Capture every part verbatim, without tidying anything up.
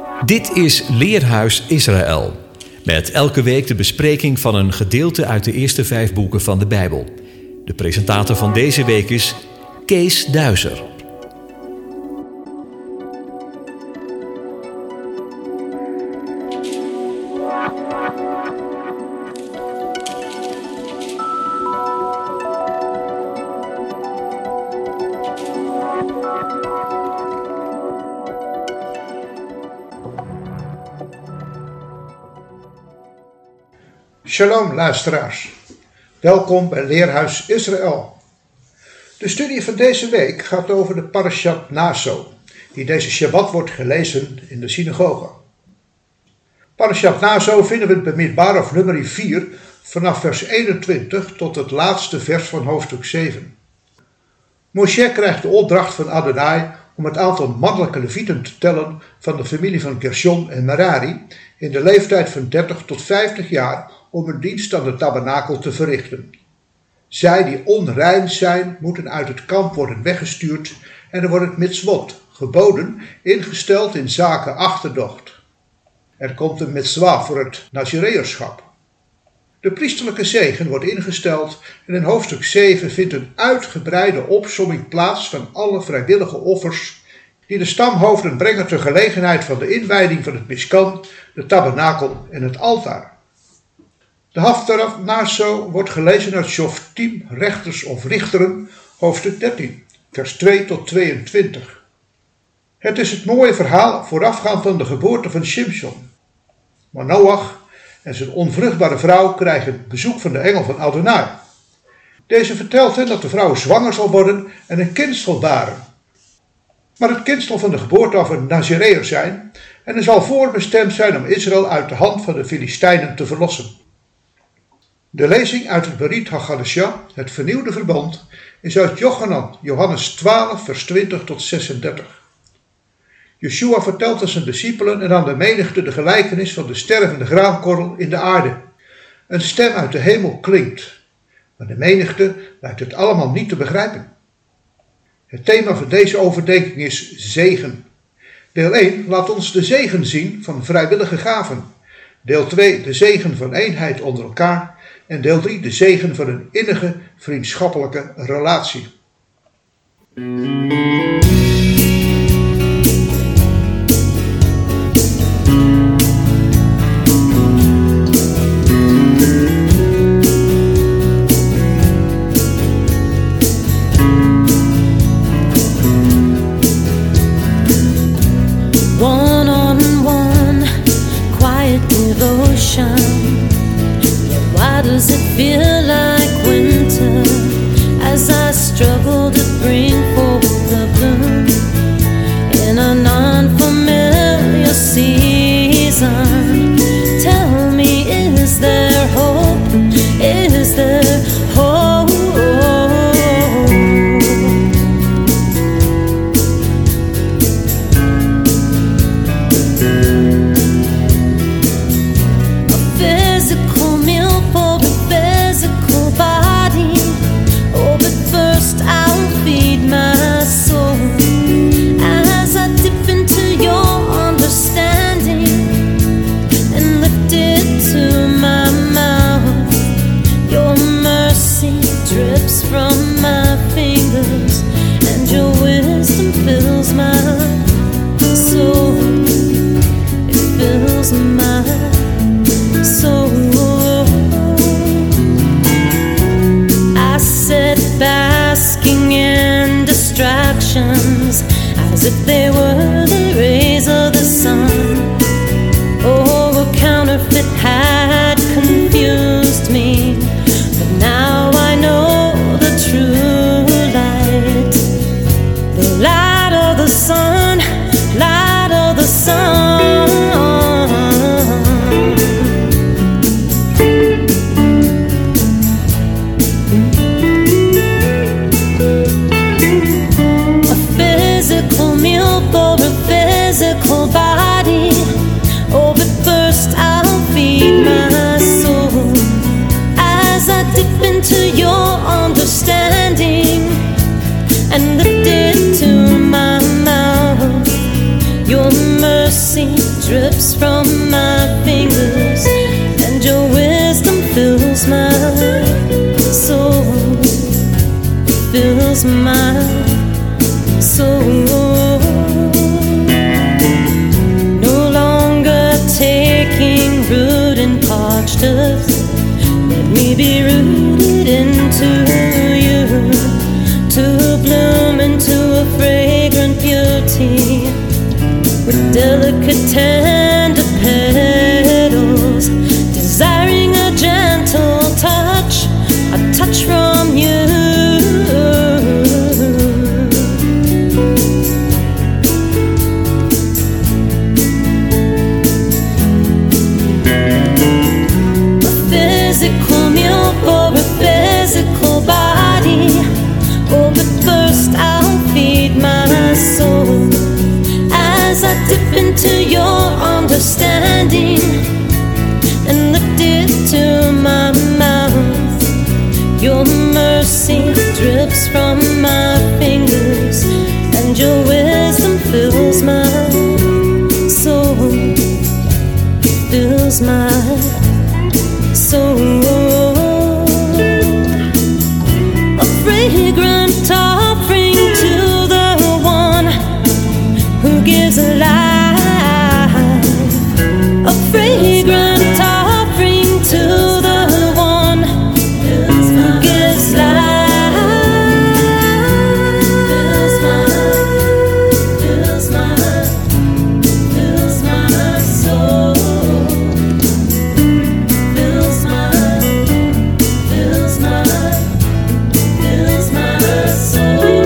Dit is Leerhuis Israël. Met elke week de bespreking van een gedeelte uit de eerste vijf boeken van de Bijbel. De presentator van deze week is Kees Duizer. Shalom luisteraars, welkom bij Leerhuis Israël. De studie van deze week gaat over de Parashat Naso, die deze Shabbat wordt gelezen in de synagoge. Parashat Naso vinden we in Bamidbar of nummer vier vanaf vers eenentwintig tot het laatste vers van hoofdstuk zeven. Moshe krijgt de opdracht van Adonai om het aantal mannelijke levieten te tellen van de familie van Gershon en Merari in de leeftijd van dertig tot vijftig jaar om een dienst aan de tabernakel te verrichten. Zij die onrein zijn, moeten uit het kamp worden weggestuurd en er wordt het mitzvot, geboden, ingesteld in zaken achterdocht. Er komt een mitzwa voor het nazireërschap. De priesterlijke zegen wordt ingesteld en in hoofdstuk zeven vindt een uitgebreide opsomming plaats van alle vrijwillige offers die de stamhoofden brengen ter gelegenheid van de inwijding van het Mishkan, de tabernakel en het altaar. De Haftarah Naso wordt gelezen uit Shoftim, rechters of richteren, hoofdstuk dertien, vers twee tot tweeëntwintig. Het is het mooie verhaal voorafgaand aan de geboorte van Shimshon. Maar Noach en zijn onvruchtbare vrouw krijgen bezoek van de engel van Adonai. Deze vertelt hen dat de vrouw zwanger zal worden en een kind zal baren. Maar het kind zal van de geboorte af een Nazireër zijn en er zal voorbestemd zijn om Israël uit de hand van de Filistijnen te verlossen. De lezing uit het Berit HaChadashah, het vernieuwde verbond, is uit Jochanan, Johannes twaalf, vers twintig tot zesendertig. Yeshua vertelt aan zijn discipelen en aan de menigte de gelijkenis van de stervende graankorrel in de aarde. Een stem uit de hemel klinkt, maar de menigte lijkt het allemaal niet te begrijpen. Het thema van deze overdenking is zegen. Deel één laat ons de zegen zien van vrijwillige gaven. Deel twee de zegen van eenheid onder elkaar. En deel drie de zegen van een innige vriendschappelijke relatie. One-on-one, quiet devotion. Why does it feel like winter as I struggle to bring forth the bloom in an unfamiliar season? Tell me, is there hope? Is there hope? As if they were the rays of the sun. Oh, a counterfeit had confused me, but now I know the true light. The light of the sun, light of the sun. Physical body. Oh, but first I'll feed my soul as I dip into your understanding and lift it to my mouth. Your mercy drips from my fingers, and your wisdom fills my soul, fills my soul. No longer taking root in parched earth, let me be rooted into you, to bloom into a fragrant beauty with delicate tender petals, desiring a gentle touch, a touch from you. A physical meal for a physical body. Oh, but first I'll feed my soul as I dip into your understanding and lift it to my mouth. Your mercy drips from my fingers, and your wisdom fills my soul, fills my soul. A fragrant offering to the one who gives life. A fragrant offering to the one who gives life. Fills my, fills my, fills my soul. Fills my, fills my, fills my soul.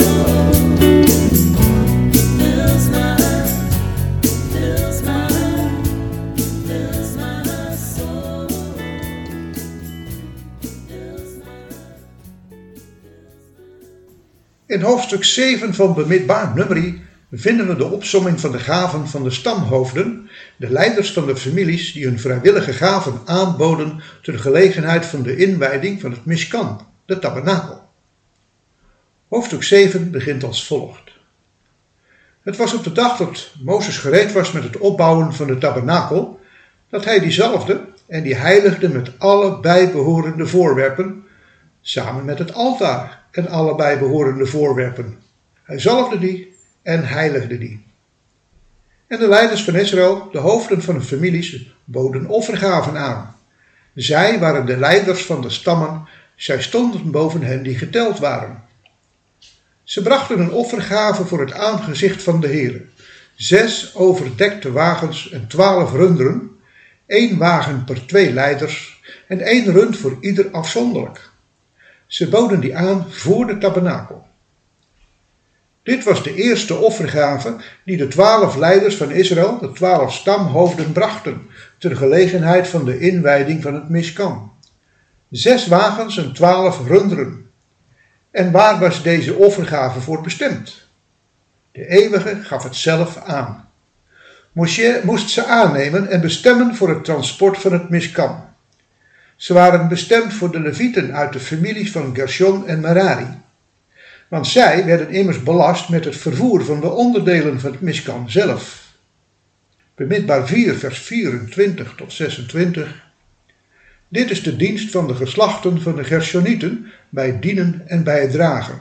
Fills my, fills my, fills my soul. Fills my. In hoofdstuk zeven van Bemidbaar Numeri vinden we de opsomming van de gaven van de stamhoofden, de leiders van de families die hun vrijwillige gaven aanboden ter gelegenheid van de inwijding van het Mishkan, de tabernakel. Hoofdstuk zeven begint als volgt. Het was op de dag dat Mozes gereed was met het opbouwen van de tabernakel, dat hij die zalfde en die heiligde met alle bijbehorende voorwerpen, samen met het altaar en alle bijbehorende voorwerpen. Hij zalfde die en heiligde die. En de leiders van Israël, de hoofden van de families, boden offergaven aan. Zij waren de leiders van de stammen, zij stonden boven hen die geteld waren. Ze brachten een offergave voor het aangezicht van de Heere, zes overdekte wagens en twaalf runderen, één wagen per twee leiders en één rund voor ieder afzonderlijk. Ze boden die aan voor de tabernakel. Dit was de eerste offergave die de twaalf leiders van Israël, de twaalf stamhoofden, brachten, ter gelegenheid van de inwijding van het Mishkan. Zes wagens en twaalf runderen. En waar was deze offergave voor bestemd? De Eeuwige gaf het zelf aan. Moshe moest ze aannemen en bestemmen voor het transport van het Mishkan. Ze waren bestemd voor de Levieten uit de families van Gershon en Merari. Want zij werden immers belast met het vervoer van de onderdelen van het Mishkan zelf. Bemidbaar vier vers vierentwintig tot zesentwintig. Dit is de dienst van de geslachten van de Gershonieten bij het dienen en bij het dragen.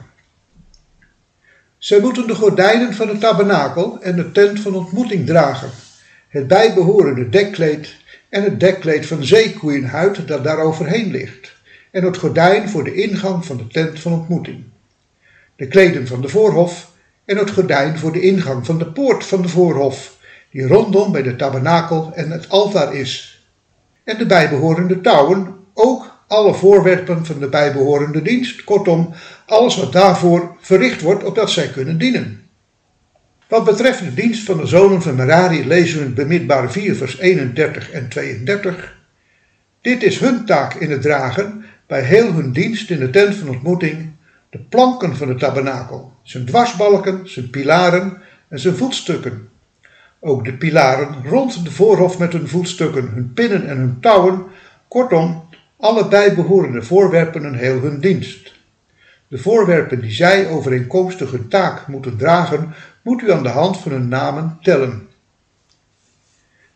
Zij moeten de gordijnen van de tabernakel en de tent van ontmoeting dragen, het bijbehorende dekkleed en het dekkleed van zeekoeienhuid dat daaroverheen ligt, en het gordijn voor de ingang van de tent van ontmoeting. De kleden van de voorhof en het gordijn voor de ingang van de poort van de voorhof, die rondom bij de tabernakel en het altaar is. En de bijbehorende touwen, ook alle voorwerpen van de bijbehorende dienst, kortom, alles wat daarvoor verricht wordt, opdat zij kunnen dienen. Wat betreft de dienst van de zonen van Merari lezen we in Bemidbaar vier vers eenendertig en tweeëndertig. Dit is hun taak in het dragen, bij heel hun dienst in de tent van ontmoeting, de planken van de tabernakel, zijn dwarsbalken, zijn pilaren en zijn voetstukken. Ook de pilaren rond de voorhof met hun voetstukken, hun pinnen en hun touwen, kortom, alle bijbehorende voorwerpen en heel hun dienst. De voorwerpen die zij overeenkomstig hun taak moeten dragen, moet u aan de hand van hun namen tellen.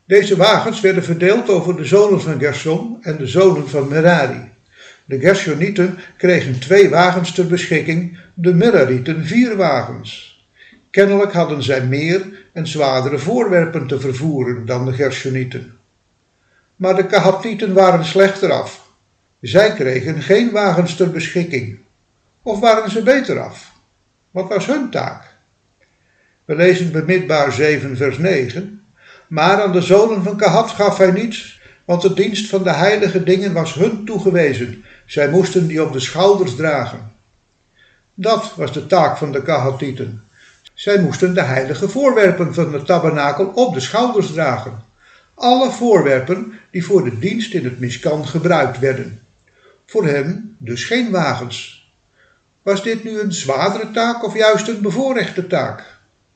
Deze wagens werden verdeeld over de zonen van Gershon en de zonen van Merari. De Gershonieten kregen twee wagens ter beschikking, de Merarieten vier wagens. Kennelijk hadden zij meer en zwaardere voorwerpen te vervoeren dan de Gershonieten. Maar de Kahatieten waren slechter af. Zij kregen geen wagens ter beschikking. Of waren ze beter af? Wat was hun taak? We lezen Bemidbaar zeven vers negen. Maar aan de zonen van Kahat gaf hij niets, want de dienst van de heilige dingen was hun toegewezen. Zij moesten die op de schouders dragen. Dat was de taak van de Kahatieten. Zij moesten de heilige voorwerpen van de tabernakel op de schouders dragen. Alle voorwerpen die voor de dienst in het Mishkan gebruikt werden. Voor hen dus geen wagens. Was dit nu een zwaardere taak of juist een bevoorrechte taak?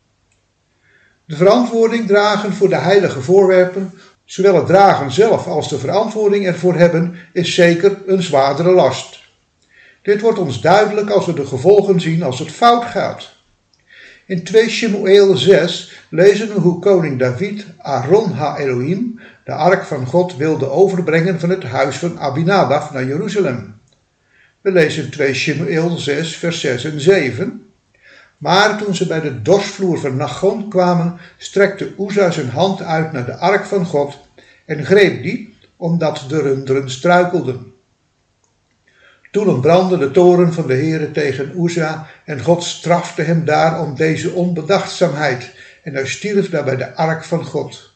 De verantwoording dragen voor de heilige voorwerpen, zowel het dragen zelf als de verantwoording ervoor hebben, is zeker een zwaardere last. Dit wordt ons duidelijk als we de gevolgen zien als het fout gaat. In twee Shemuel zes lezen we hoe koning David Aaron ha-Elohim, de ark van God, wilde overbrengen van het huis van Abinadab naar Jeruzalem. We lezen twee Shemuel zes vers zes en zeven. Maar toen ze bij de dorsvloer van Nachon kwamen, strekte Uza zijn hand uit naar de ark van God en greep die, omdat de runderen struikelden. Toen ontbrandde de toorn van de Heere tegen Uza en God strafte hem daar om deze onbedachtzaamheid en hij stierf daar bij de ark van God.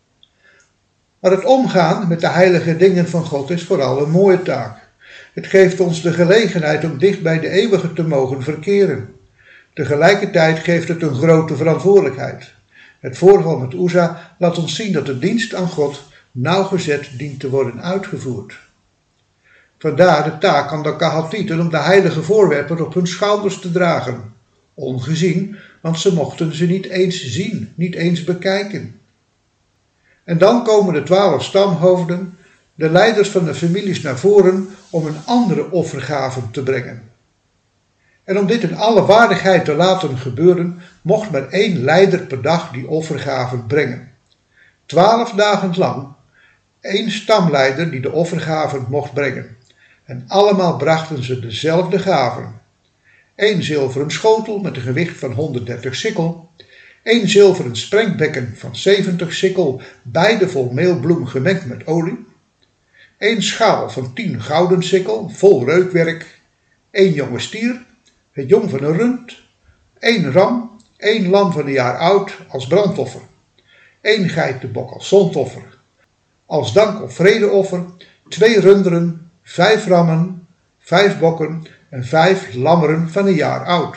Maar het omgaan met de heilige dingen van God is vooral een mooie taak. Het geeft ons de gelegenheid om dicht bij de eeuwige te mogen verkeren. Tegelijkertijd geeft het een grote verantwoordelijkheid. Het voorval met Uza laat ons zien dat de dienst aan God nauwgezet dient te worden uitgevoerd. Vandaar de taak aan de Kahatieten om de heilige voorwerpen op hun schouders te dragen. Ongezien, want ze mochten ze niet eens zien, niet eens bekijken. En dan komen de twaalf stamhoofden, de leiders van de families, naar voren om een andere offergave te brengen. En om dit in alle waardigheid te laten gebeuren, mocht maar één leider per dag die offergaven brengen. Twaalf dagen lang, één stamleider die de offergaven mocht brengen. En allemaal brachten ze dezelfde gaven. Eén zilveren schotel met een gewicht van honderddertig sikkel, één zilveren sprengbekken van zeventig sikkel, beide vol meelbloem gemengd met olie, één schaal van tien gouden sikkel, vol reukwerk, één jonge stier, het jong van een rund, één ram, één lam van een jaar oud als brandoffer, één geitenbok als zondoffer, als dank- of vredeoffer, twee runderen, vijf rammen, vijf bokken en vijf lammeren van een jaar oud.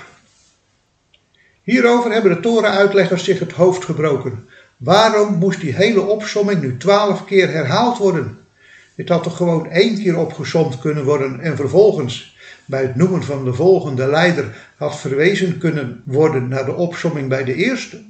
Hierover hebben de Torah-uitleggers zich het hoofd gebroken. Waarom moest die hele opsomming nu twaalf keer herhaald worden? Dit had toch gewoon één keer opgesomd kunnen worden en vervolgens, bij het noemen van de volgende leider, had verwezen kunnen worden naar de opsomming bij de eerste?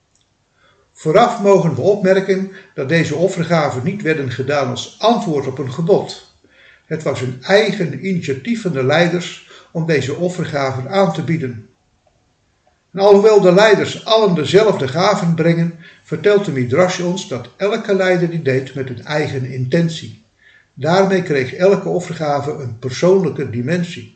Vooraf mogen we opmerken dat deze offergaven niet werden gedaan als antwoord op een gebod. Het was een eigen initiatief van de leiders om deze offergaven aan te bieden. En alhoewel de leiders allen dezelfde gaven brengen, vertelt de Midrash ons dat elke leider die deed met een eigen intentie. Daarmee kreeg elke offergave een persoonlijke dimensie.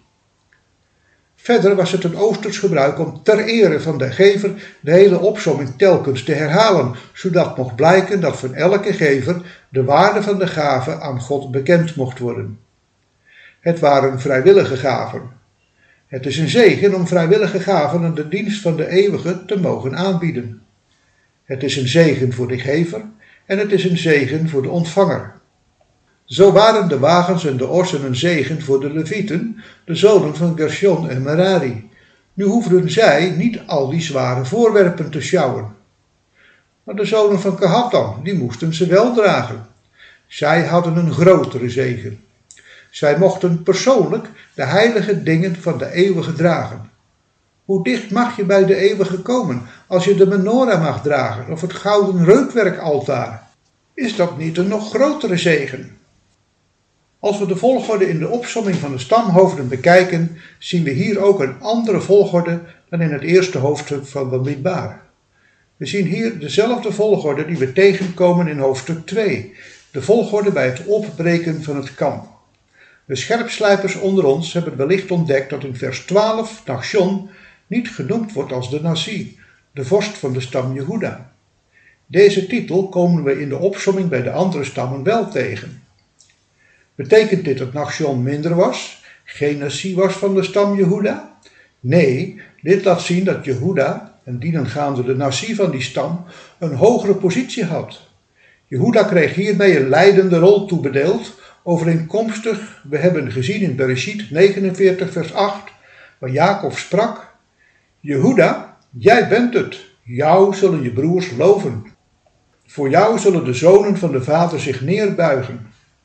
Verder was het een Oosters gebruik om ter ere van de gever de hele opsomming telkens te herhalen, zodat mocht blijken dat van elke gever de waarde van de gave aan God bekend mocht worden. Het waren vrijwillige gaven. Het is een zegen om vrijwillige gaven aan de dienst van de eeuwige te mogen aanbieden. Het is een zegen voor de gever en het is een zegen voor de ontvanger. Zo waren de wagens en de orsen een zegen voor de Levieten, de zonen van Gershon en Merari. Nu hoefden zij niet al die zware voorwerpen te sjouwen. Maar de zonen van Kahat dan, die moesten ze wel dragen. Zij hadden een grotere zegen. Zij mochten persoonlijk de heilige dingen van de eeuwige dragen. Hoe dicht mag je bij de eeuwige komen als je de menorah mag dragen of het gouden reukwerkaltaar? Is dat niet een nog grotere zegen? Als we de volgorde in de opsomming van de stamhoofden bekijken, zien we hier ook een andere volgorde dan in het eerste hoofdstuk van Bamidbar. We zien hier dezelfde volgorde die we tegenkomen in hoofdstuk twee, de volgorde bij het opbreken van het kamp. De scherpslijpers onder ons hebben wellicht ontdekt dat in vers twaalf Nachshon niet genoemd wordt als de Nasi, de vorst van de stam Jehuda. Deze titel komen we in de opsomming bij de andere stammen wel tegen. Betekent dit dat Nachshon minder was, geen Nasi was van de stam Jehuda? Nee, dit laat zien dat Jehuda, en dienengaande de Nasi van die stam, een hogere positie had. Jehuda kreeg hiermee een leidende rol toebedeeld, overeenkomstig, we hebben gezien in Bereshit negenenveertig vers acht, waar Jacob sprak: Jehuda, jij bent het, jou zullen je broers loven. Voor jou zullen de zonen van de vader zich neerbuigen.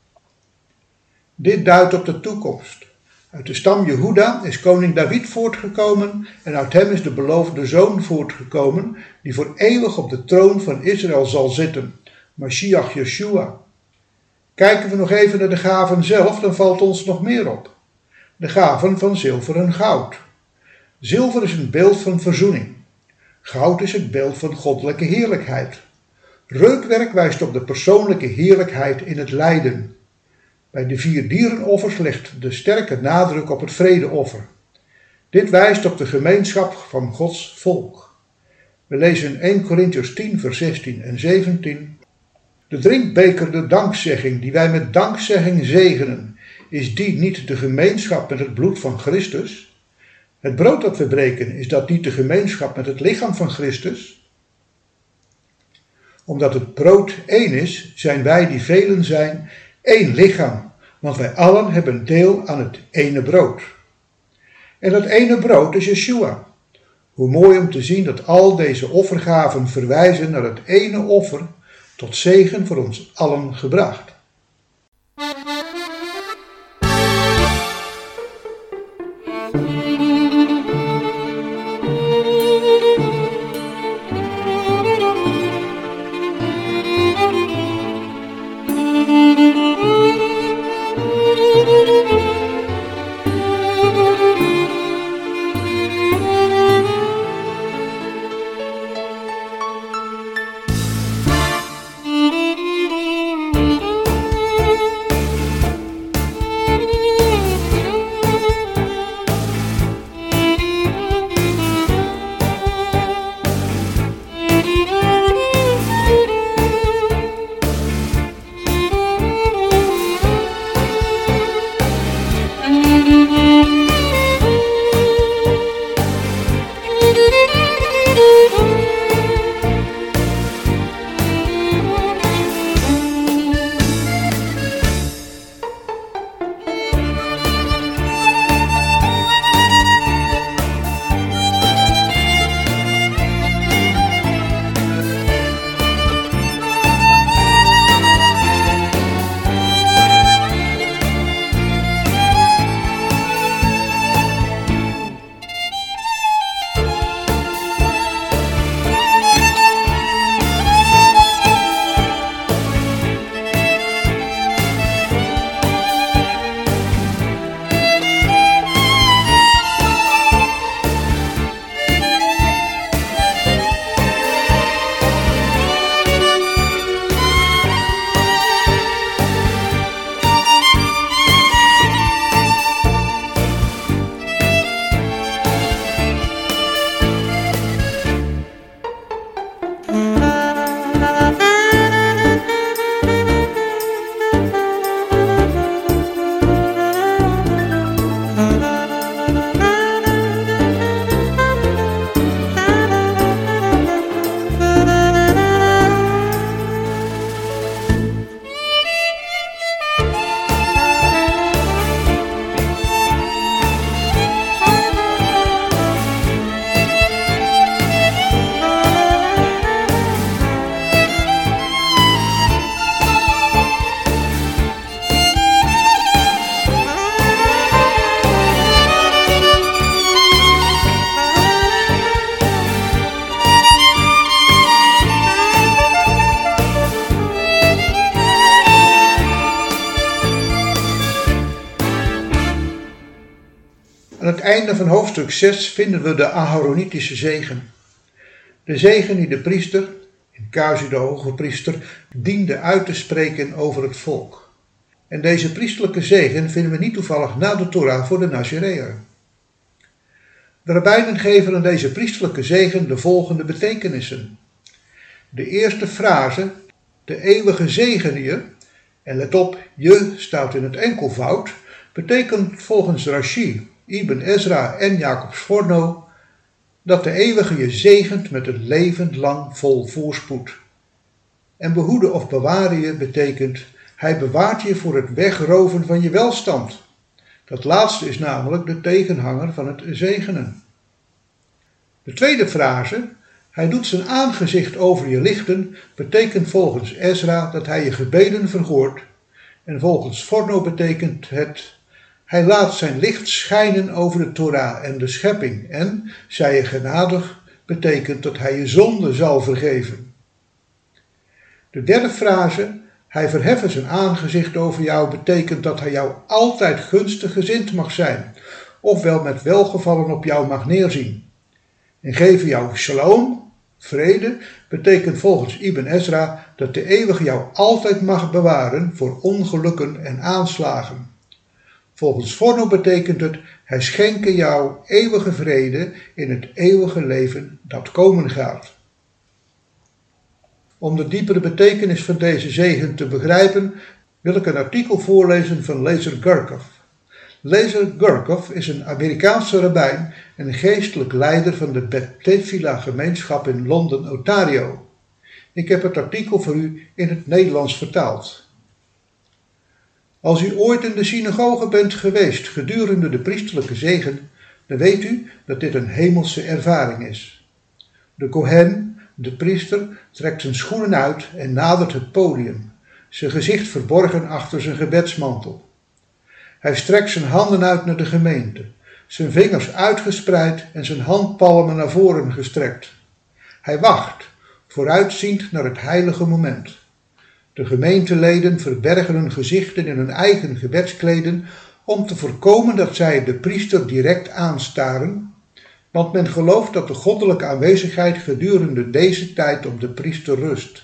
Dit duidt op de toekomst. Uit de stam Jehuda is koning David voortgekomen en uit hem is de beloofde zoon voortgekomen, die voor eeuwig op de troon van Israël zal zitten, Mashiach Yeshua. Kijken we nog even naar de gaven zelf, dan valt ons nog meer op. De gaven van zilver en goud. Zilver is een beeld van verzoening. Goud is het beeld van goddelijke heerlijkheid. Reukwerk wijst op de persoonlijke heerlijkheid in het lijden. Bij de vier dierenoffers ligt de sterke nadruk op het vredeoffer. Dit wijst op de gemeenschap van Gods volk. We lezen in eerste Korintiërs tien vers zestien en zeventien. De drinkbeker, de dankzegging, die wij met dankzegging zegenen, is die niet de gemeenschap met het bloed van Christus? Het brood dat we breken, is dat niet de gemeenschap met het lichaam van Christus? Omdat het brood één is, zijn wij die velen zijn, één lichaam, want wij allen hebben deel aan het ene brood. En dat ene brood is Yeshua. Hoe mooi om te zien dat al deze offergaven verwijzen naar het ene offer, tot zegen voor ons allen gebracht. Aan het einde van hoofdstuk zes vinden we de Aharonitische zegen. De zegen die de priester, in casu de hoge priester, diende uit te spreken over het volk. En deze priesterlijke zegen vinden we niet toevallig na de Torah voor de Nazareër. De rabbijnen geven aan deze priesterlijke zegen de volgende betekenissen. De eerste frase, de eeuwige zegen je, en let op, je staat in het enkelvoud, betekent volgens Rashi, Ibn Ezra en Jacob Sforno dat de eeuwige je zegent met een leven lang vol voorspoed. En behoeden of bewaren je betekent, hij bewaart je voor het wegroven van je welstand. Dat laatste is namelijk de tegenhanger van het zegenen. De tweede frase, hij doet zijn aangezicht over je lichten, betekent volgens Ezra dat hij je gebeden verhoort. En volgens Sforno betekent het, hij laat zijn licht schijnen over de Torah en de schepping. En, zij je genadig, betekent dat hij je zonde zal vergeven. De derde frase, hij verheffen zijn aangezicht over jou, betekent dat hij jou altijd gunstig gezind mag zijn, ofwel met welgevallen op jou mag neerzien. En geven jou shalom, vrede, betekent volgens Ibn Ezra dat de eeuwige jou altijd mag bewaren voor ongelukken en aanslagen. Volgens Sforno betekent het, hij schenke jou eeuwige vrede in het eeuwige leven dat komen gaat. Om de diepere betekenis van deze zegen te begrijpen, wil ik een artikel voorlezen van Lazer Gurkov. Lazer Gurkov is een Amerikaanse rabbijn en geestelijk leider van de Bet Tefila gemeenschap in Londen, Ontario. Ik heb het artikel voor u in het Nederlands vertaald. Als u ooit in de synagoge bent geweest gedurende de priesterlijke zegen, dan weet u dat dit een hemelse ervaring is. De Kohen, de priester, trekt zijn schoenen uit en nadert het podium, zijn gezicht verborgen achter zijn gebedsmantel. Hij strekt zijn handen uit naar de gemeente, zijn vingers uitgespreid en zijn handpalmen naar voren gestrekt. Hij wacht, vooruitziend naar het heilige moment. De gemeenteleden verbergen hun gezichten in hun eigen gebedskleden om te voorkomen dat zij de priester direct aanstaren, want men gelooft dat de goddelijke aanwezigheid gedurende deze tijd op de priester rust.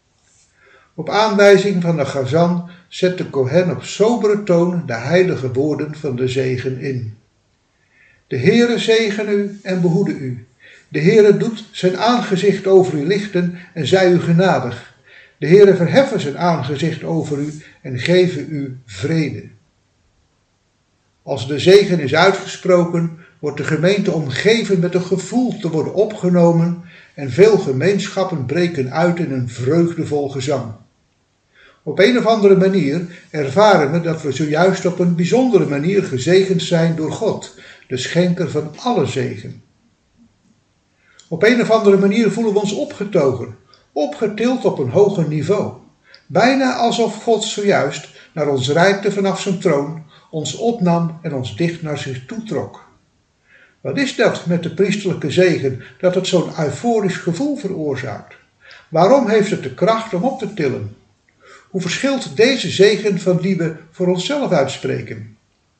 Op aanwijzing van de Chazan zet de Kohen op sobere toon de heilige woorden van de zegen in. De Heere zegene u en behoede u. De Heere doet zijn aangezicht over u lichten en zij u genadig. De Heere verheffen zijn aangezicht over u en geven u vrede. Als de zegen is uitgesproken, wordt de gemeente omgeven met een gevoel te worden opgenomen en veel gemeenschappen breken uit in een vreugdevol gezang. Op een of andere manier ervaren we dat we zojuist op een bijzondere manier gezegend zijn door God, de schenker van alle zegen. Op een of andere manier voelen we ons opgetogen, opgetild op een hoger niveau. Bijna alsof God zojuist naar ons reikte vanaf zijn troon, ons opnam en ons dicht naar zich toetrok. Wat is dat met de priesterlijke zegen, dat het zo'n euforisch gevoel veroorzaakt? Waarom heeft het de kracht om op te tillen? Hoe verschilt deze zegen van die we voor onszelf uitspreken?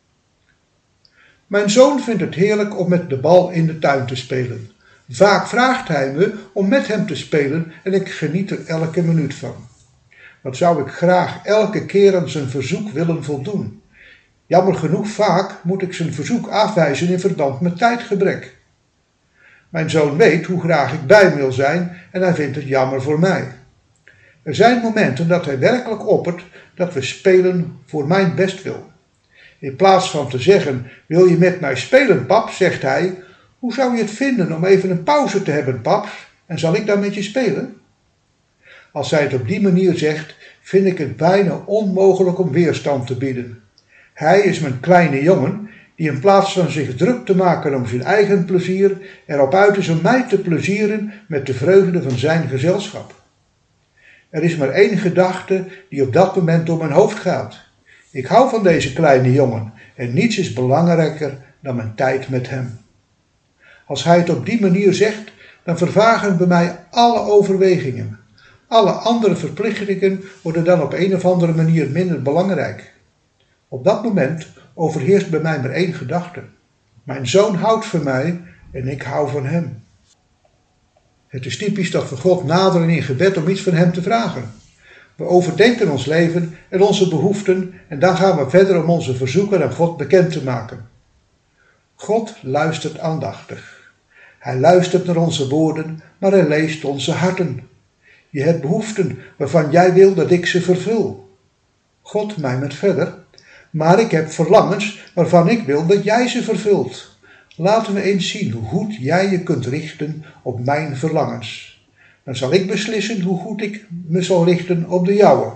Mijn zoon vindt het heerlijk om met de bal in de tuin te spelen. Vaak vraagt hij me om met hem te spelen en ik geniet er elke minuut van. Wat zou ik graag elke keer aan zijn verzoek willen voldoen? Jammer genoeg vaak moet ik zijn verzoek afwijzen in verband met tijdgebrek. Mijn zoon weet hoe graag ik bij hem wil zijn en hij vindt het jammer voor mij. Er zijn momenten dat hij werkelijk oppert dat we spelen voor mijn bestwil. In plaats van te zeggen, wil je met mij spelen, pap, zegt hij, hoe zou je het vinden om even een pauze te hebben, pap, en zal ik dan met je spelen? Als hij het op die manier zegt, vind ik het bijna onmogelijk om weerstand te bieden. Hij is mijn kleine jongen, die in plaats van zich druk te maken om zijn eigen plezier, erop uit is om mij te plezieren met de vreugde van zijn gezelschap. Er is maar één gedachte die op dat moment door mijn hoofd gaat. Ik hou van deze kleine jongen en niets is belangrijker dan mijn tijd met hem. Als hij het op die manier zegt, dan vervagen bij mij alle overwegingen. Alle andere verplichtingen worden dan op een of andere manier minder belangrijk. Op dat moment overheerst bij mij maar één gedachte. Mijn zoon houdt van mij en ik hou van hem. Het is typisch dat we God naderen in gebed om iets van hem te vragen. We overdenken ons leven en onze behoeften en dan gaan we verder om onze verzoeken aan God bekend te maken. God luistert aandachtig. Hij luistert naar onze woorden, maar hij leest onze harten. Je hebt behoeften waarvan jij wil dat ik ze vervul. God mijmert verder. Maar ik heb verlangens waarvan ik wil dat jij ze vervult. Laten we eens zien hoe goed jij je kunt richten op mijn verlangens. Dan zal ik beslissen hoe goed ik me zal richten op de jouwe.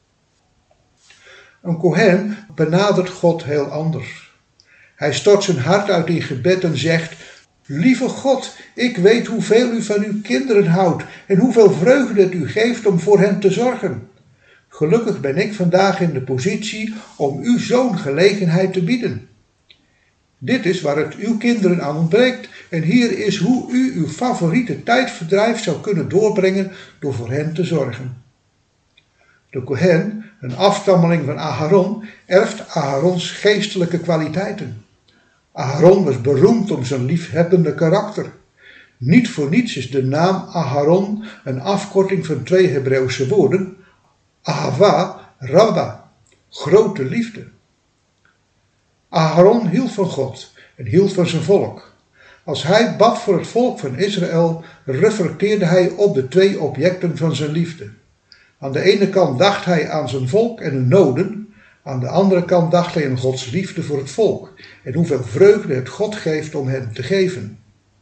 Een Kohen benadert God heel anders. Hij stort zijn hart uit in gebed en zegt: Lieve God, ik weet hoeveel u van uw kinderen houdt en hoeveel vreugde het u geeft om voor hen te zorgen. Gelukkig ben ik vandaag in de positie om u zo'n gelegenheid te bieden. Dit is waar het uw kinderen aan ontbreekt en hier is hoe u uw favoriete tijdverdrijf zou kunnen doorbrengen door voor hen te zorgen. De Kohen, een afstammeling van Aharon, erft Aharons geestelijke kwaliteiten. Aharon was beroemd om zijn liefhebbende karakter. Niet voor niets is de naam Aharon een afkorting van twee Hebreeuwse woorden, Ahava, Rabba, grote liefde. Aharon hield van God en hield van zijn volk. Als hij bad voor het volk van Israël, reflecteerde hij op de twee objecten van zijn liefde. Aan de ene kant dacht hij aan zijn volk en hun noden, aan de andere kant dacht hij aan Gods liefde voor het volk en hoeveel vreugde het God geeft om hen te geven.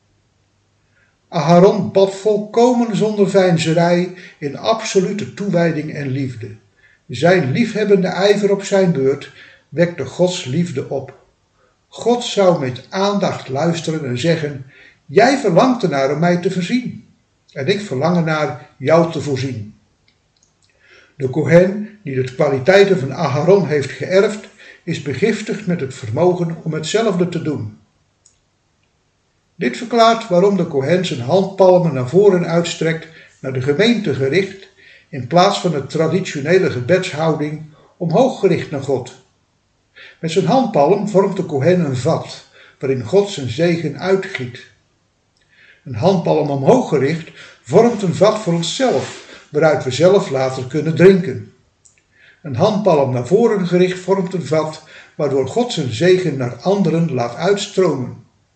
Aharon bad volkomen zonder veinzerij in absolute toewijding en liefde. Zijn liefhebbende ijver op zijn beurt wekte Gods liefde op. God zou met aandacht luisteren en zeggen: Jij verlangt ernaar om mij te voorzien, en ik verlang ernaar jou te voorzien. De Kohen, die de kwaliteiten van Aharon heeft geërfd, is begiftigd met het vermogen om hetzelfde te doen. Dit verklaart waarom de Kohen zijn handpalmen naar voren uitstrekt, naar de gemeente gericht, in plaats van de traditionele gebedshouding omhoog gericht naar God. Met zijn handpalm vormt de Kohen een vat, waarin God zijn zegen uitgiet. Een handpalm omhoog gericht vormt een vat voor onszelf, waaruit we zelf later kunnen drinken. Een handpalm naar voren gericht vormt een vat, waardoor God zijn zegen naar anderen laat uitstromen.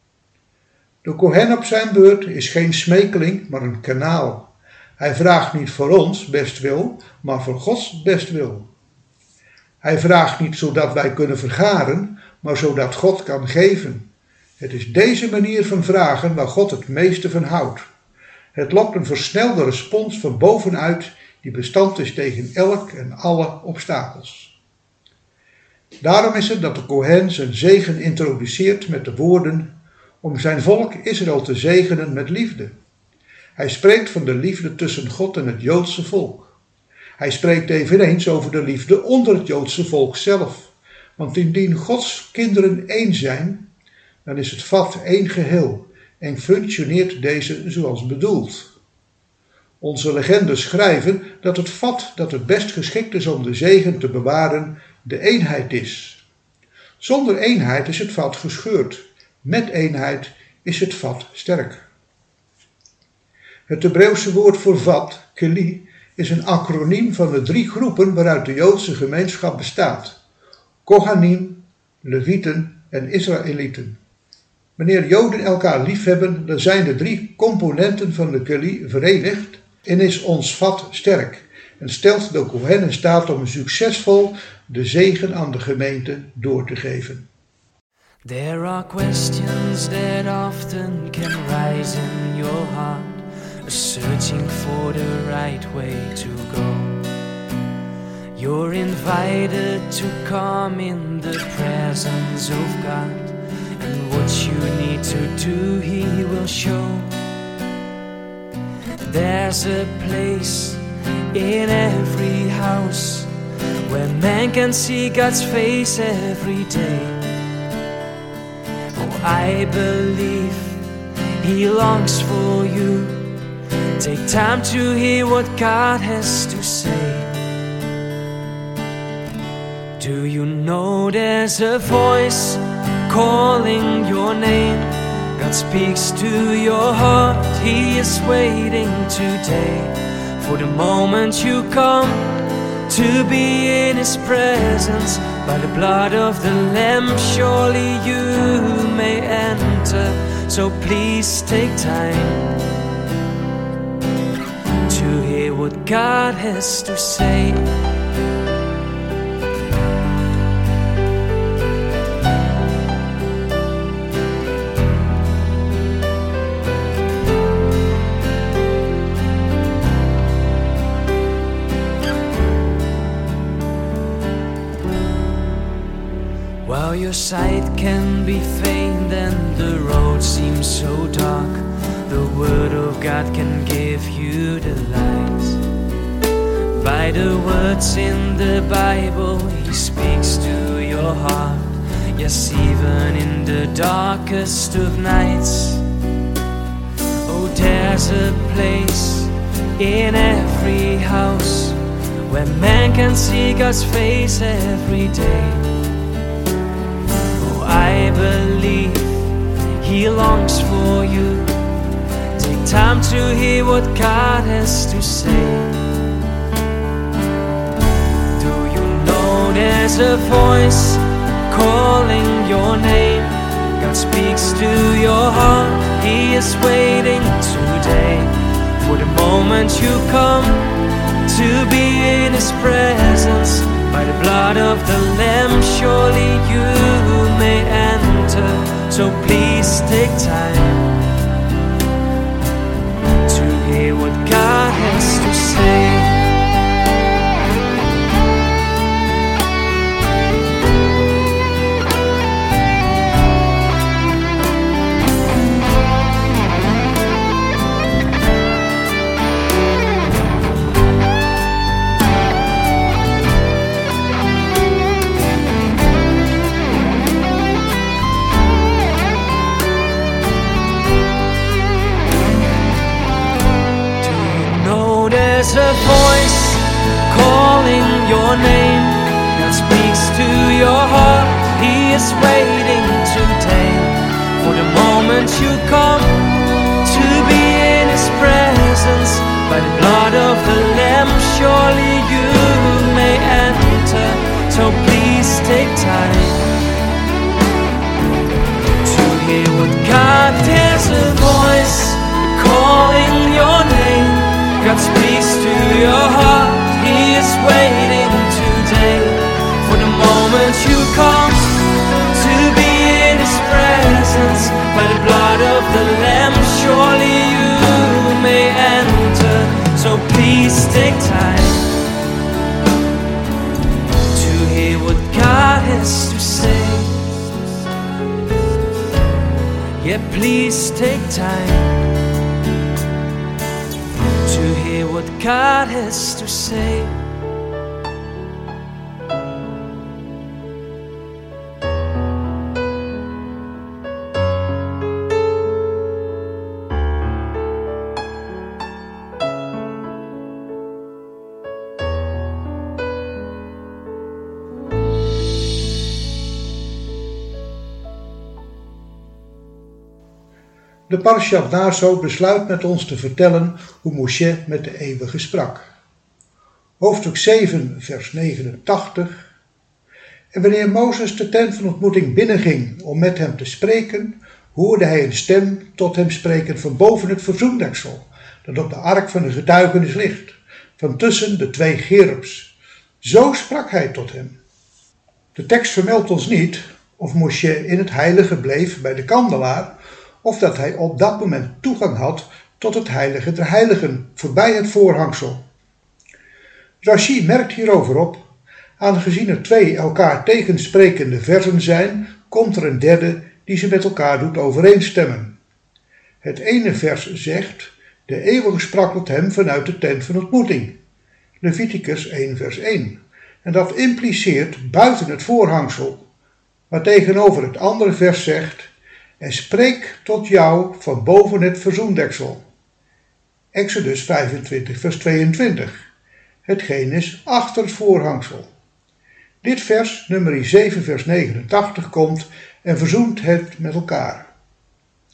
De Kohen op zijn beurt is geen smekeling, maar een kanaal. Hij vraagt niet voor ons bestwil, maar voor Gods bestwil. Hij vraagt niet zodat wij kunnen vergaren, maar zodat God kan geven. Het is deze manier van vragen waar God het meeste van houdt. Het lokt een versnelde respons van bovenuit die bestand is tegen elk en alle obstakels. Daarom is het dat de Kohen zijn zegen introduceert met de woorden: om zijn volk Israël te zegenen met liefde. Hij spreekt van de liefde tussen God en het Joodse volk. Hij spreekt eveneens over de liefde onder het Joodse volk zelf. Want indien Gods kinderen één zijn, dan is het vat één geheel en functioneert deze zoals bedoeld. Onze legendes schrijven dat het vat dat het best geschikt is om de zegen te bewaren, de eenheid is. Zonder eenheid is het vat gescheurd. Met eenheid is het vat sterk. Het Hebreeuwse woord voor vat, keli, is een acroniem van de drie groepen waaruit de Joodse gemeenschap bestaat: Kohanim, Levieten en Israëlieten. Wanneer Joden elkaar liefhebben, dan zijn de drie componenten van de keli verenigd en is ons vat sterk en stelt de Kohen in staat om succesvol de zegen aan de gemeente door te geven. There are questions that often can rise in your heart, searching for the right way to go. You're invited to come in the presence of God, and what you need to do He will show. There's a place in every house where man can see God's face every day. I believe He longs for you. Take time to hear what God has to say. Do you know there's a voice calling your name? God speaks to your heart. He is waiting today for the moment you come to be in His presence. By the blood of the Lamb surely you may enter. So please take time to hear what God has to say. While your sight can be faint and the road seems so dark, the Word of God can give you the light. By the words in the Bible, He speaks to your heart. Yes, even in the darkest of nights. Oh, there's a place in every house where man can see God's face every day. I believe He longs for you. Take time to hear what God has to say. Do you know there's a voice calling your name? God speaks to your heart. He is waiting today for the moment you come to be in His presence. By the blood of the Lamb surely you may enter. So please take time to hear what God has to say. There's a voice calling your name. God speaks to your heart. He is waiting today for the moment you come to be in His presence. By the blood of the Lamb surely you may enter. So please take time to hear what God. There's a voice calling your name. God speaks to your heart. He is waiting today for the moment you come to be in His presence. By the blood of the Lamb surely you may enter. So please take time to hear what God has to say. Yeah, please take time to hear what God has to say. De Parashat Naso besluit met ons te vertellen hoe Moshe met de Eeuwige sprak. Hoofdstuk zeven, vers negenentachtig. En wanneer Mozes de tent van ontmoeting binnenging om met hem te spreken, hoorde hij een stem tot hem spreken van boven het verzoendeksel, dat op de ark van de getuigenis ligt, van tussen de twee gerubs. Zo sprak hij tot hem. De tekst vermeldt ons niet of Moshe in het heilige bleef bij de kandelaar, of dat hij op dat moment toegang had tot het heilige der heiligen, voorbij het voorhangsel. Rashi merkt hierover op, aangezien er twee elkaar tegensprekende versen zijn, komt er een derde die ze met elkaar doet overeenstemmen. Het ene vers zegt, de Eeuwige sprak tot hem vanuit de tent van ontmoeting, Leviticus één vers één, en dat impliceert buiten het voorhangsel, maar tegenover het andere vers zegt, en spreek tot jou van boven het verzoendeksel. Exodus vijfentwintig vers tweeëntwintig. Hetgeen is achter het voorhangsel. Dit vers, nummer zeven vers negenentachtig, komt en verzoent het met elkaar.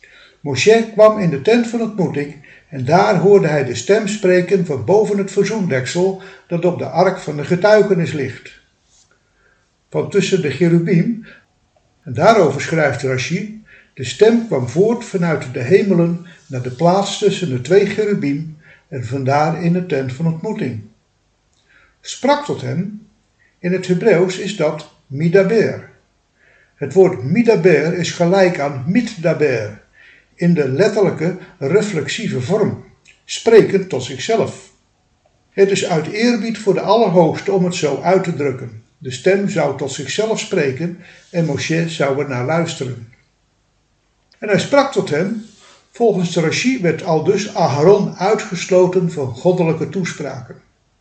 Moshe kwam in de tent van ontmoeting en daar hoorde hij de stem spreken van boven het verzoendeksel dat op de ark van de getuigenis ligt. Van tussen de cherubim, en daarover schrijft Rashi, de stem kwam voort vanuit de hemelen naar de plaats tussen de twee cherubim en vandaar in de tent van ontmoeting. Sprak tot hem, in het Hebreeuws is dat midaber. Het woord midaber is gelijk aan mitdaber, in de letterlijke reflexieve vorm, sprekend tot zichzelf. Het is uit eerbied voor de Allerhoogste om het zo uit te drukken. De stem zou tot zichzelf spreken en Moshe zou er naar luisteren. En hij sprak tot hem. Volgens de Rashi werd aldus Aharon uitgesloten van goddelijke toespraken.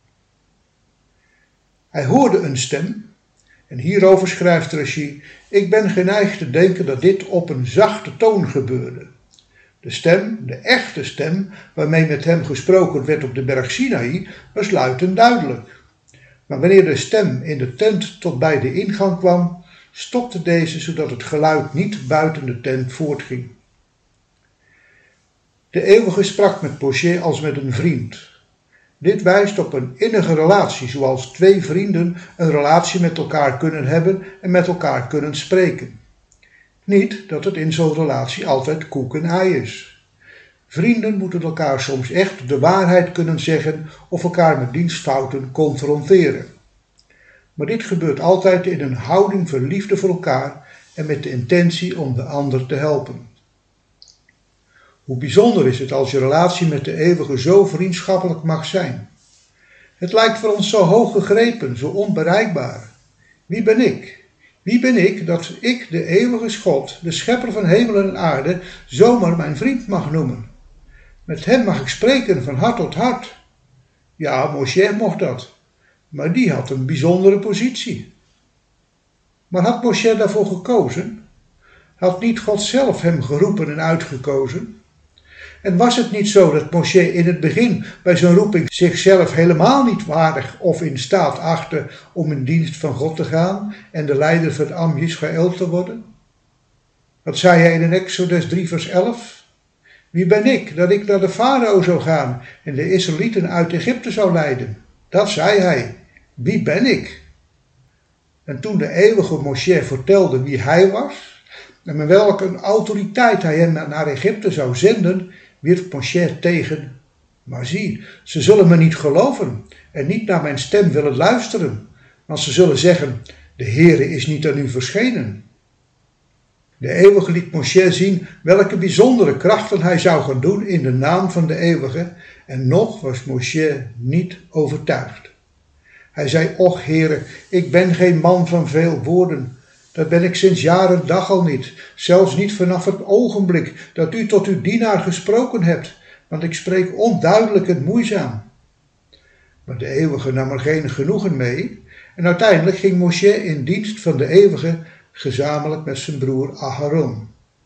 Hij hoorde een stem, en hierover schrijft Rashi: ik ben geneigd te denken dat dit op een zachte toon gebeurde. De stem, de echte stem, waarmee met hem gesproken werd op de berg Sinaï, was luid en duidelijk. Maar wanneer de stem in de tent tot bij de ingang kwam, stopte deze zodat het geluid niet buiten de tent voortging. De Eeuwige sprak met Moshe als met een vriend. Dit wijst op een innige relatie, zoals twee vrienden een relatie met elkaar kunnen hebben en met elkaar kunnen spreken. Niet dat het in zo'n relatie altijd koek en ei is. Vrienden moeten elkaar soms echt de waarheid kunnen zeggen of elkaar met dienstfouten confronteren. Maar dit gebeurt altijd in een houding van liefde voor elkaar en met de intentie om de ander te helpen. Hoe bijzonder is het als je relatie met de Eeuwige zo vriendschappelijk mag zijn. Het lijkt voor ons zo hoog gegrepen, zo onbereikbaar. Wie ben ik? Wie ben ik dat ik de Eeuwige God, de schepper van hemel en aarde, zomaar mijn vriend mag noemen? Met hem mag ik spreken van hart tot hart. Ja, Moshe mocht dat, maar die had een bijzondere positie. Maar had Moshe daarvoor gekozen? Had niet God zelf hem geroepen en uitgekozen? En was het niet zo dat Moshe in het begin bij zijn roeping zichzelf helemaal niet waardig of in staat achtte om in dienst van God te gaan en de leider van Am Yisraël te worden? Wat zei hij in Exodus drie vers elf? Wie ben ik dat ik naar de farao zou gaan en de Israëlieten uit Egypte zou leiden? Dat zei hij. Wie ben ik? En toen de Eeuwige Moshe vertelde wie hij was en met welke autoriteit hij hem naar Egypte zou zenden, wierp Moshe tegen: maar zie, ze zullen me niet geloven en niet naar mijn stem willen luisteren, want ze zullen zeggen: de Heere is niet aan u verschenen. De Eeuwige liet Moshe zien welke bijzondere krachten hij zou gaan doen in de naam van de Eeuwige, en nog was Moshe niet overtuigd. Hij zei: och Heere, ik ben geen man van veel woorden. Dat ben ik sinds jaren dag al niet, zelfs niet vanaf het ogenblik dat u tot uw dienaar gesproken hebt, want ik spreek onduidelijk en moeizaam. Maar de Eeuwige nam er geen genoegen mee en uiteindelijk ging Moshe in dienst van de Eeuwige gezamenlijk met zijn broer Aharon.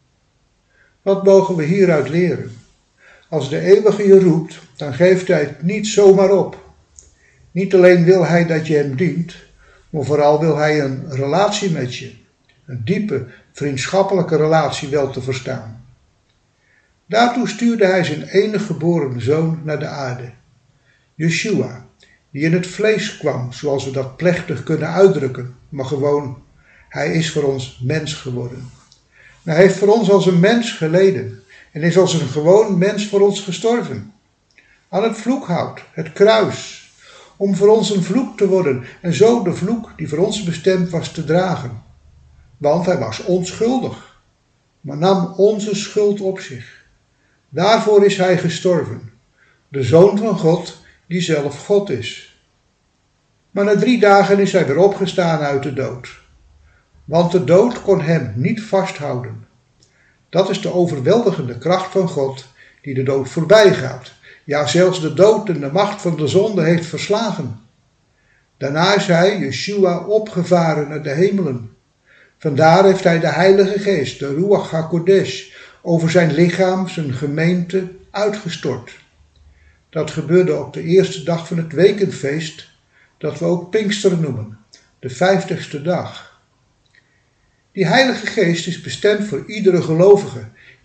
Wat mogen we hieruit leren? Als de Eeuwige je roept, dan geeft hij het niet zomaar op. Niet alleen wil hij dat je hem dient, maar vooral wil hij een relatie met je, een diepe, vriendschappelijke relatie wel te verstaan. Daartoe stuurde hij zijn enige geboren zoon naar de aarde, Yeshua, die in het vlees kwam, zoals we dat plechtig kunnen uitdrukken, maar gewoon, hij is voor ons mens geworden. Hij heeft voor ons als een mens geleden en is als een gewoon mens voor ons gestorven. Aan het vloekhout, het kruis, om voor ons een vloek te worden en zo de vloek die voor ons bestemd was te dragen. Want hij was onschuldig, maar nam onze schuld op zich. Daarvoor is hij gestorven, de Zoon van God die zelf God is. Maar na drie dagen is hij weer opgestaan uit de dood. Want de dood kon hem niet vasthouden. Dat is de overweldigende kracht van God die de dood voorbij gaat. Ja, zelfs de dood en de macht van de zonde heeft verslagen. Daarna is hij, Yeshua, opgevaren naar de hemelen. Vandaar heeft hij de Heilige Geest, de Ruach HaKodesh, over zijn lichaam, zijn gemeente, uitgestort. Dat gebeurde op de eerste dag van het wekenfeest, dat we ook Pinksteren noemen, de vijftigste dag. Die Heilige Geest is bestemd voor iedere gelovige,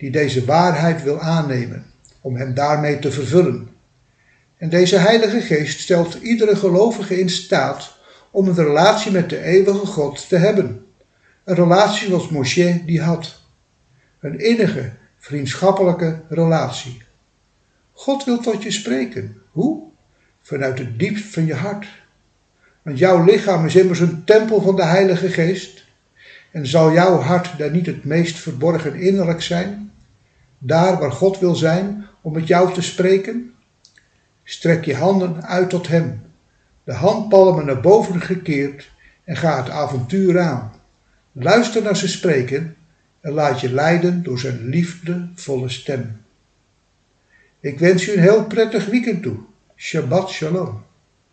die deze waarheid wil aannemen, om hem daarmee te vervullen. En deze Heilige Geest stelt iedere gelovige in staat om een relatie met de eeuwige God te hebben. Een relatie zoals Moshe die had. Een innige, vriendschappelijke relatie. God wil tot je spreken. Hoe? Vanuit het diepst van je hart. Want jouw lichaam is immers een tempel van de Heilige Geest. En zal jouw hart daar niet het meest verborgen innerlijk zijn? Daar waar God wil zijn om met jou te spreken? Strek je handen uit tot hem, de handpalmen naar boven gekeerd en ga het avontuur aan. Luister naar ze spreken en laat je leiden door zijn liefdevolle stem. Ik wens u een heel prettig weekend toe. Shabbat shalom.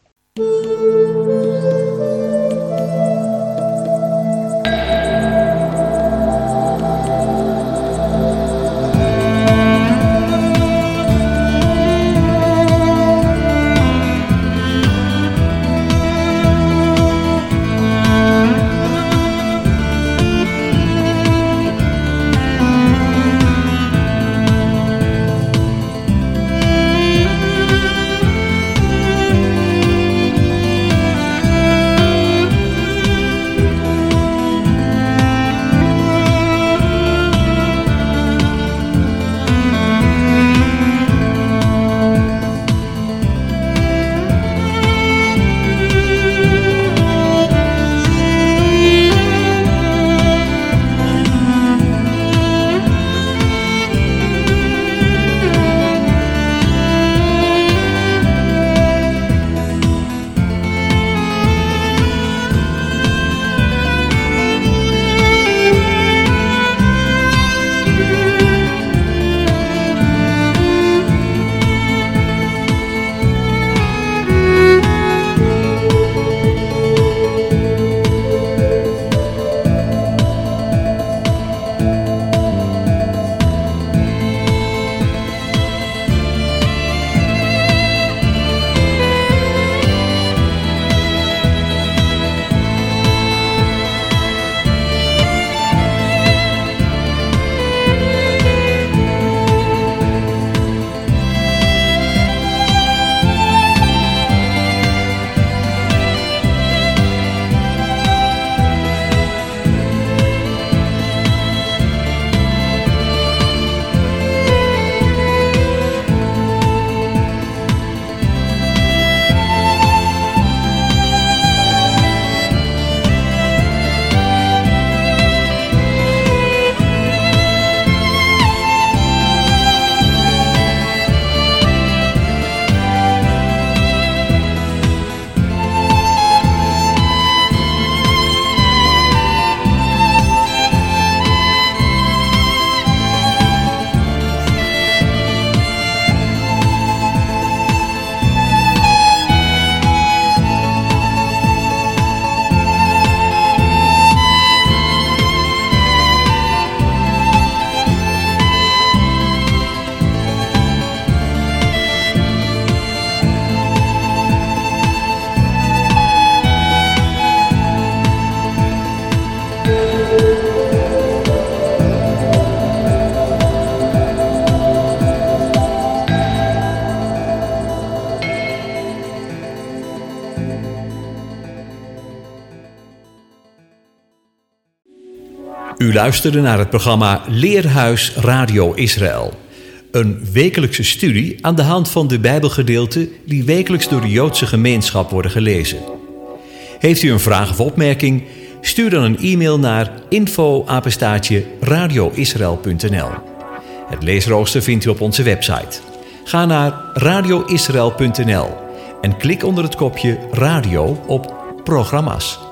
U luisterde naar het programma Leerhuis Radio Israël. Een wekelijkse studie aan de hand van de Bijbelgedeelten die wekelijks door de Joodse gemeenschap worden gelezen. Heeft u een vraag of opmerking? Stuur dan een e-mail naar info apenstaartje radioisrael punt n l. Het leesrooster vindt u op onze website. Ga naar radioisrael punt n l en klik onder het kopje radio op programma's.